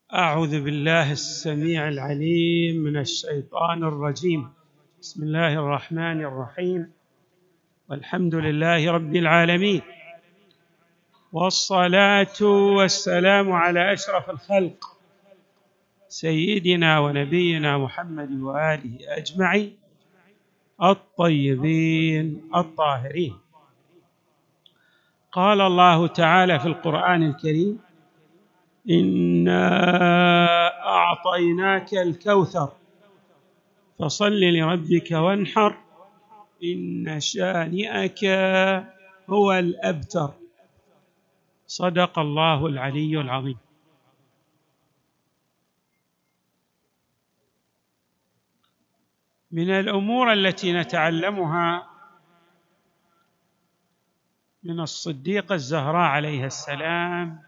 أعوذ بالله السميع العليم من الشيطان الرجيم. بسم الله الرحمن الرحيم، والحمد لله رب العالمين، والصلاة والسلام على أشرف الخلق سيدنا ونبينا محمد وآله أجمعين الطيبين الطاهرين. قال الله تعالى في القرآن الكريم: إنا أعطيناك الكوثر فصل لربك وانحر إن شانئك هو الأبتر. صدق الله العلي العظيم. من الأمور التي نتعلمها من الصديقة الزهراء عليها السلام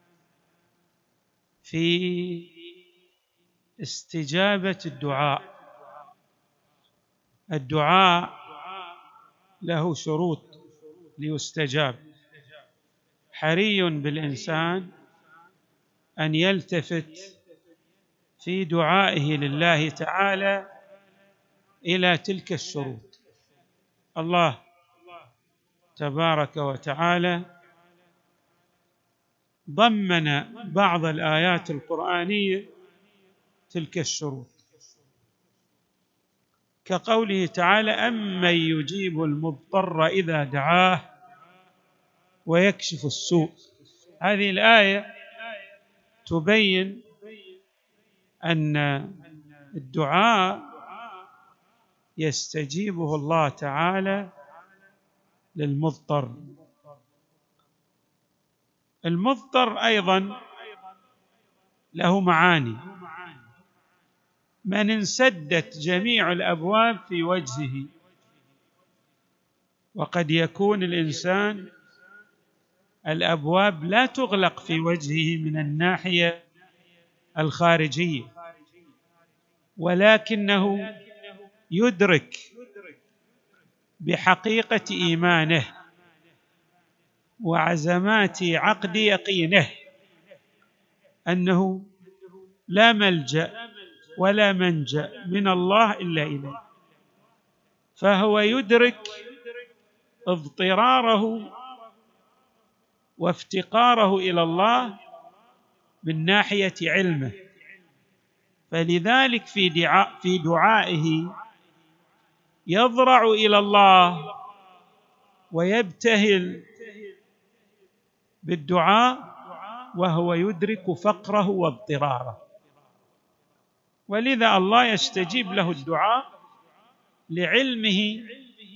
في استجابة الدعاء له شروط ليستجاب. حري بالإنسان أن يلتفت في دعائه لله تعالى إلى تلك الشروط. الله تبارك وتعالى ضمن بعض الآيات القرآنية تلك الشروط، كقوله تعالى: أمن يجيب المضطر إذا دعاه ويكشف السوء. هذه الآية تبين أن الدعاء يستجيبه الله تعالى للمضطر. المضطر أيضا له معاني. من انسدت جميع الأبواب في وجهه، وقد يكون الإنسان الأبواب لا تغلق في وجهه من الناحية الخارجية، ولكنه يدرك بحقيقة إيمانه وعزمات عقد يقينه أنه لا ملجأ ولا منجأ من الله إلا إليه، فهو يدرك اضطراره وافتقاره إلى الله من ناحية علمه، فلذلك في دعائه يضرع إلى الله ويبتهل بالدعاء وهو يدرك فقره واضطراره، ولذا الله يستجيب له الدعاء لعلمه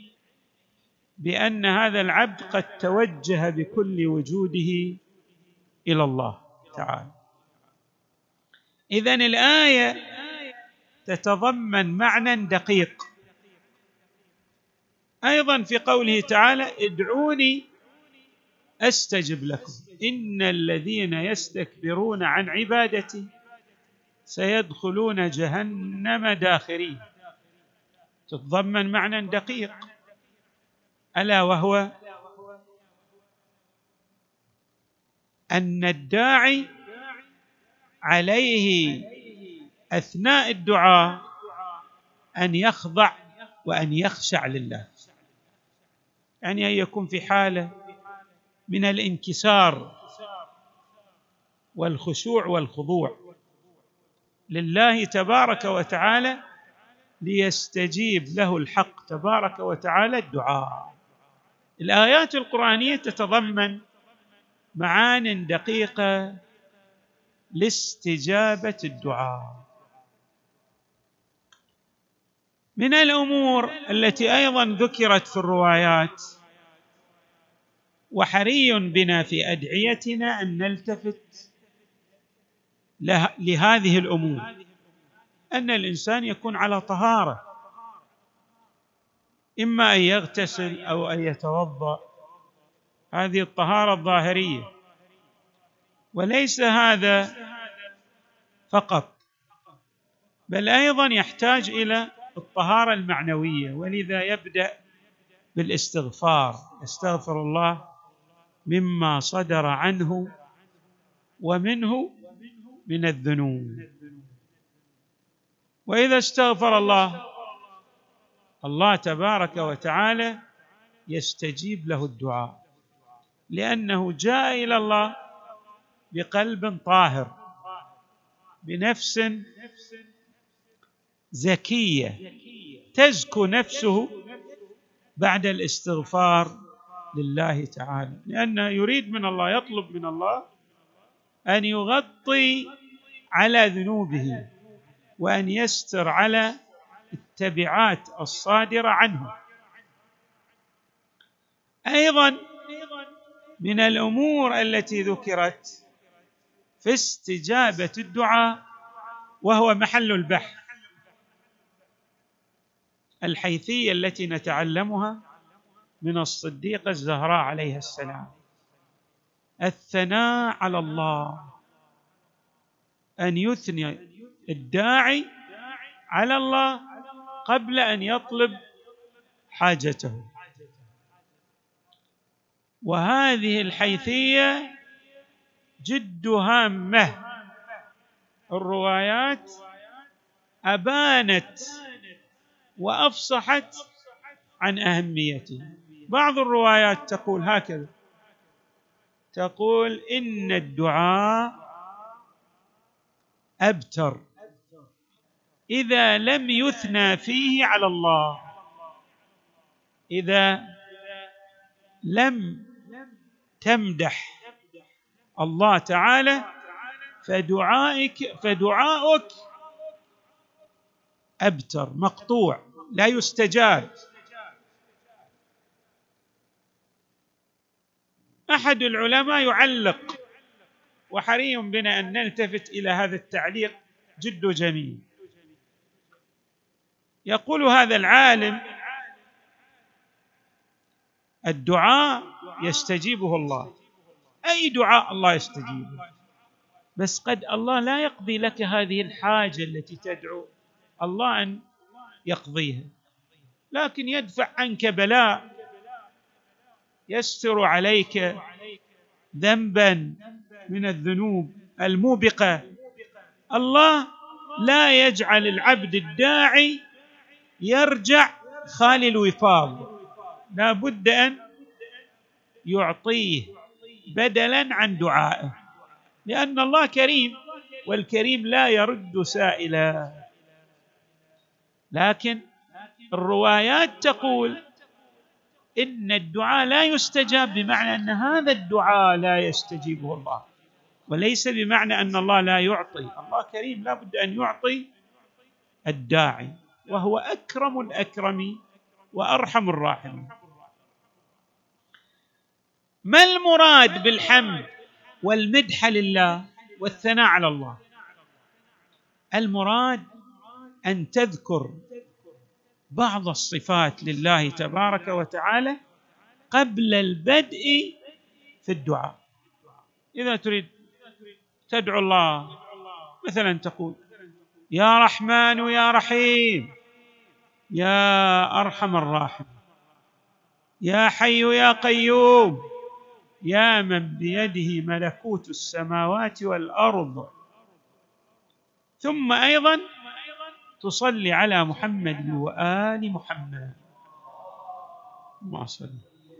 بأن هذا العبد قد توجه بكل وجوده إلى الله تعالى. إذن الآية تتضمن معنى دقيق أيضا في قوله تعالى: ادعوني أستجب لكم إن الذين يستكبرون عن عبادتي سيدخلون جهنم داخرين. تتضمن معنى دقيق، ألا وهو أن الداعي عليه أثناء الدعاء أن يخضع وأن يخشع لله، يعني أن يكون في حالة من الانكسار والخشوع والخضوع لله تبارك وتعالى ليستجيب له الحق تبارك وتعالى الدعاء. الآيات القرآنية تتضمن معان دقيقة لاستجابة الدعاء. من الأمور التي أيضا ذكرت في الروايات وحري بنا في أدعيتنا أن نلتفت لهذه الأمور: أن الإنسان يكون على طهارة، إما أن يغتسل أو أن يتوضأ، هذه الطهارة الظاهرية، وليس هذا فقط، بل أيضا يحتاج إلى الطهارة المعنوية، ولذا يبدأ بالاستغفار، يستغفر الله مما صدر عنه ومنه من الذنوب. وإذا استغفر الله تبارك وتعالى يستجيب له الدعاء، لأنه جاء إلى الله بقلب طاهر، بنفس زكية تزكو نفسه بعد الاستغفار لله تعالى، لأنه يريد من الله، يطلب من الله أن يغطي على ذنوبه وأن يستر على التبعات الصادرة عنه. أيضا من الأمور التي ذكرت في استجابة الدعاء، وهو محل البحث، الحيثية التي نتعلمها من الصديقة الزهراء عليها السلام، الثناء على الله، أن يثني الداعي على الله قبل أن يطلب حاجته. وهذه الحيثية جد هامة، الروايات أبانت وأفصحت عن أهميته. بعض الروايات تقول هكذا، تقول: إن الدعاء أبتر إذا لم يثنى فيه على الله، إذا لم تمدح الله تعالى فدعاؤك أبتر، مقطوع، لا يستجاب. أحد العلماء يعلق، وحري بنا أن نلتفت إلى هذا التعليق جد جميل. يقول هذا العالم: الدعاء يستجيبه الله، أي دعاء الله يستجيبه، بس قد الله لا يقضي لك هذه الحاجة التي تدعو الله أن يقضيها، لكن يدفع عنك بلاء، يستر عليك ذنبا من الذنوب الموبقة. الله لا يجعل العبد الداعي يرجع خالي الوفاض، لا بد أن يعطيه بدلا عن دعائه، لأن الله كريم، والكريم لا يرد سائلا. لكن الروايات تقول إن الدعاء لا يستجاب، بمعنى أن هذا الدعاء لا يستجيبه الله، وليس بمعنى أن الله لا يعطي. الله كريم، لا بد أن يعطي الداعي، وهو أكرم الأكرمين وأرحم الراحمين. ما المراد بالحمد والمدح لله والثناء على الله؟ المراد أن تذكر بعض الصفات لله تبارك وتعالى قبل البدء في الدعاء. إذا تريد تدعو الله مثلا تقول: يا رحمن يا رحيم يا أرحم الراحمين، يا حي يا قيوم يا من بيده ملكوت السماوات والأرض. ثم أيضا تصلي على محمد وآل محمد. ما صلي.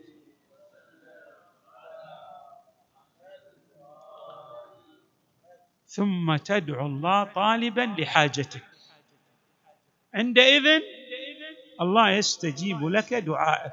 ثم تدعو الله طالبا لحاجتك، عندئذ الله يستجيب لك دعائك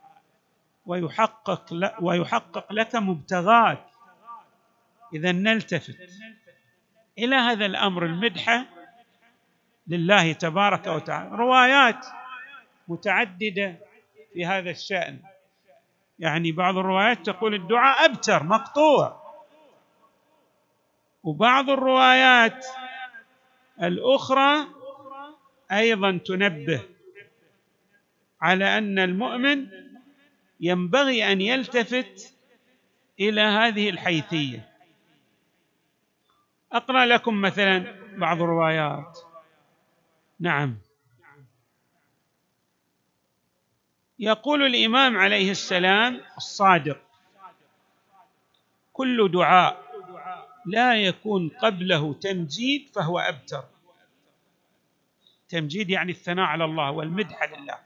ويحقق لك مبتغاك. إذا نلتفت إلى هذا الأمر، المدحة لله تبارك وتعالى. روايات متعددة في هذا الشأن، يعني بعض الروايات تقول الدعاء أبتر، مقطوع، وبعض الروايات الأخرى أيضا تنبه على أن المؤمن ينبغي أن يلتفت إلى هذه الحيثية. أقرأ لكم مثلا بعض الروايات. نعم، يقول الإمام عليه السلام الصادق: كل دعاء لا يكون قبله تمجيد فهو أبتر. تمجيد يعني الثناء على الله والمدح لله.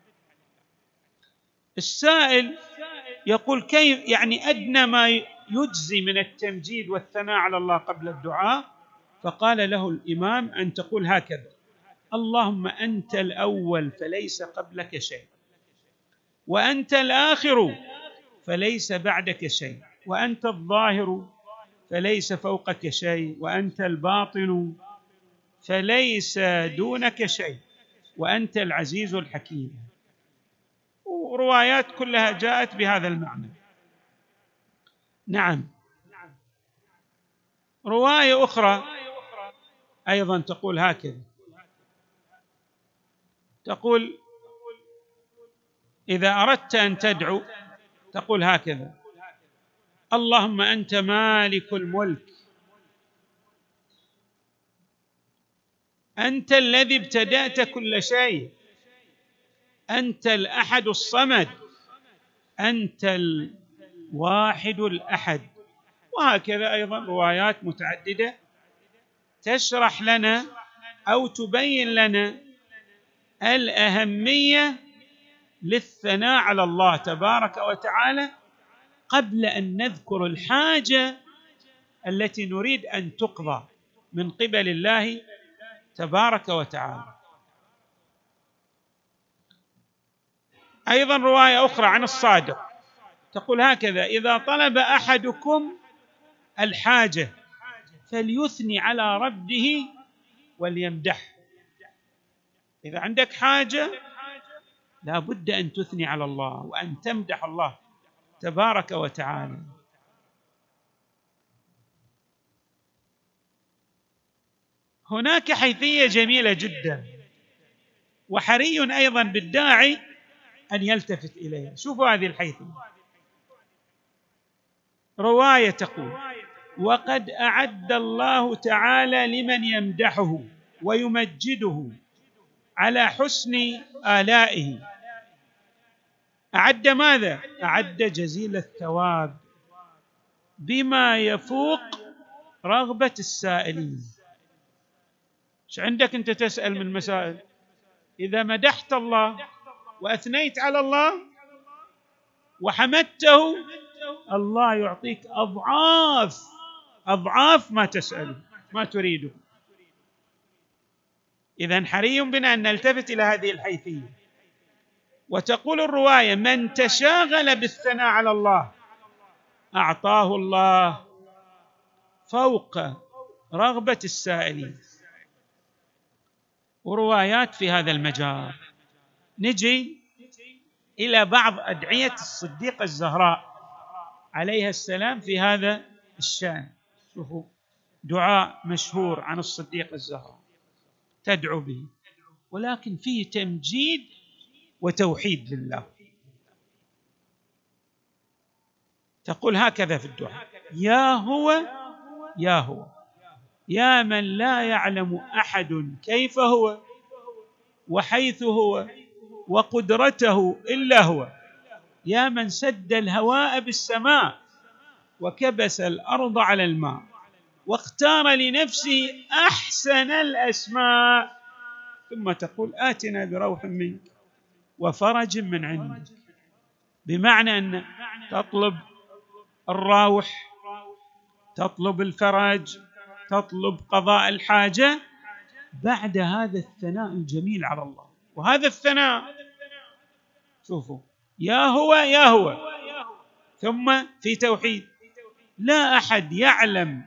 السائل يقول كيف يعني أدنى ما يجزي من التمجيد والثناء على الله قبل الدعاء؟ فقال له الإمام أن تقول هكذا: اللهم أنت الأول فليس قبلك شيء، وأنت الآخر فليس بعدك شيء، وأنت الظاهر فليس فوقك شيء، وأنت الباطن فليس دونك شيء، وأنت العزيز الحكيم. وروايات كلها جاءت بهذا المعنى. نعم، رواية أخرى أيضا تقول هكذا، تقول إذا أردت أن تدعو تقول هكذا: اللهم أنت مالك الملك، أنت الذي ابتدأت كل شيء، أنت الأحد الصمد، أنت الواحد الأحد. وهكذا أيضا روايات متعددة تشرح لنا أو تبين لنا الأهمية للثناء على الله تبارك وتعالى قبل أن نذكر الحاجة التي نريد أن تقضى من قبل الله تبارك وتعالى. أيضا رواية أخرى عن الصادق تقول هكذا: إذا طلب أحدكم الحاجة فليثني على ربه وليمدح. إذا عندك حاجة لا بد أن تثني على الله وأن تمدح الله تبارك وتعالى. هناك حيثية جميلة جدا وحري أيضا بالداعي أن يلتفت إليها. شوفوا هذه الحيثية. رواية تقول: وقد أعد الله تعالى لمن يمدحه ويمجده على حسن آلائه، أعد ماذا؟ أعد جزيل الثواب بما يفوق رغبة السائلين. ايش عندك أنت تسأل من مسائل؟ إذا مدحت الله وأثنيت على الله وحمدته، الله يعطيك أضعاف ما تسأله ما تريده. إذن حري بنا أن نلتفت إلى هذه الحيثية. وتقول الرواية: من تشاغل بالثناء على الله أعطاه الله فوق رغبة السائلين. وروايات في هذا المجال. نجي إلى بعض أدعية الصديقة الزهراء عليها السلام في هذا الشأن. شوفوا دعاء مشهور عن الصديقة الزهراء تدعو به، ولكن فيه تمجيد وتوحيد لله. تقول هكذا في الدعاء: يا هو يا هو يا من لا يعلم أحد كيف هو وحيث هو وقدرته إلا هو، يا من سد الهواء بالسماء وكبس الأرض على الماء واختار لنفسه أحسن الأسماء. ثم تقول: آتنا بروح منك وفرج من عندك. بمعنى أن تطلب الروح، تطلب الفرج، تطلب قضاء الحاجة بعد هذا الثناء الجميل على الله. وهذا الثناء شوفوا يا هو يا هو، ثم في توحيد. لا أحد يعلم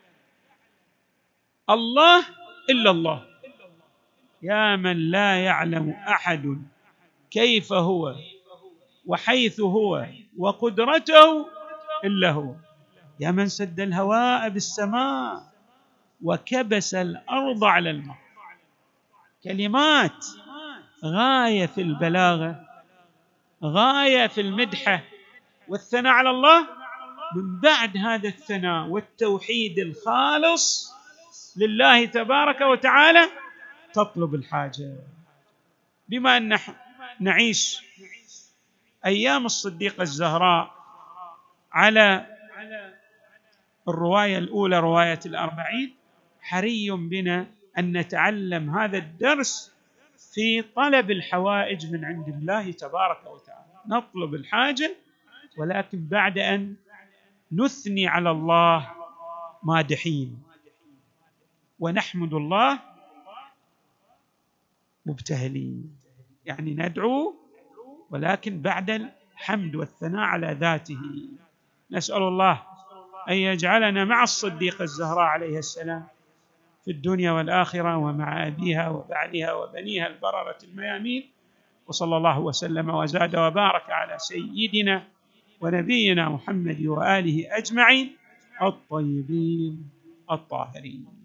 الله إلا الله، يا من لا يعلم أحد كيف هو وحيث هو وقدرته إلا هو، يا من سد الهواء بالسماء وكبس الأرض على الماء. كلمات غاية في البلاغة، غاية في المدحة والثناء على الله. من بعد هذا الثناء والتوحيد الخالص لله تبارك وتعالى تطلب الحاجة. بما أن نعيش أيام الصديقة الزهراء على الرواية الأولى رواية الأربعين، حري بنا أن نتعلم هذا الدرس في طلب الحوائج من عند الله تبارك وتعالى. نطلب الحاجة ولكن بعد أن نثني على الله مادحين، ونحمد الله مبتهلين، يعني ندعو ولكن بعد الحمد والثناء على ذاته. نسأل الله أن يجعلنا مع الصديقة الزهراء عليه السلام في الدنيا والآخرة، ومع أبيها وبعلها وبنيها البررة الميامين. وصلى الله وسلم وزاد وبارك على سيدنا ونبينا محمد وآله أجمعين الطيبين الطاهرين.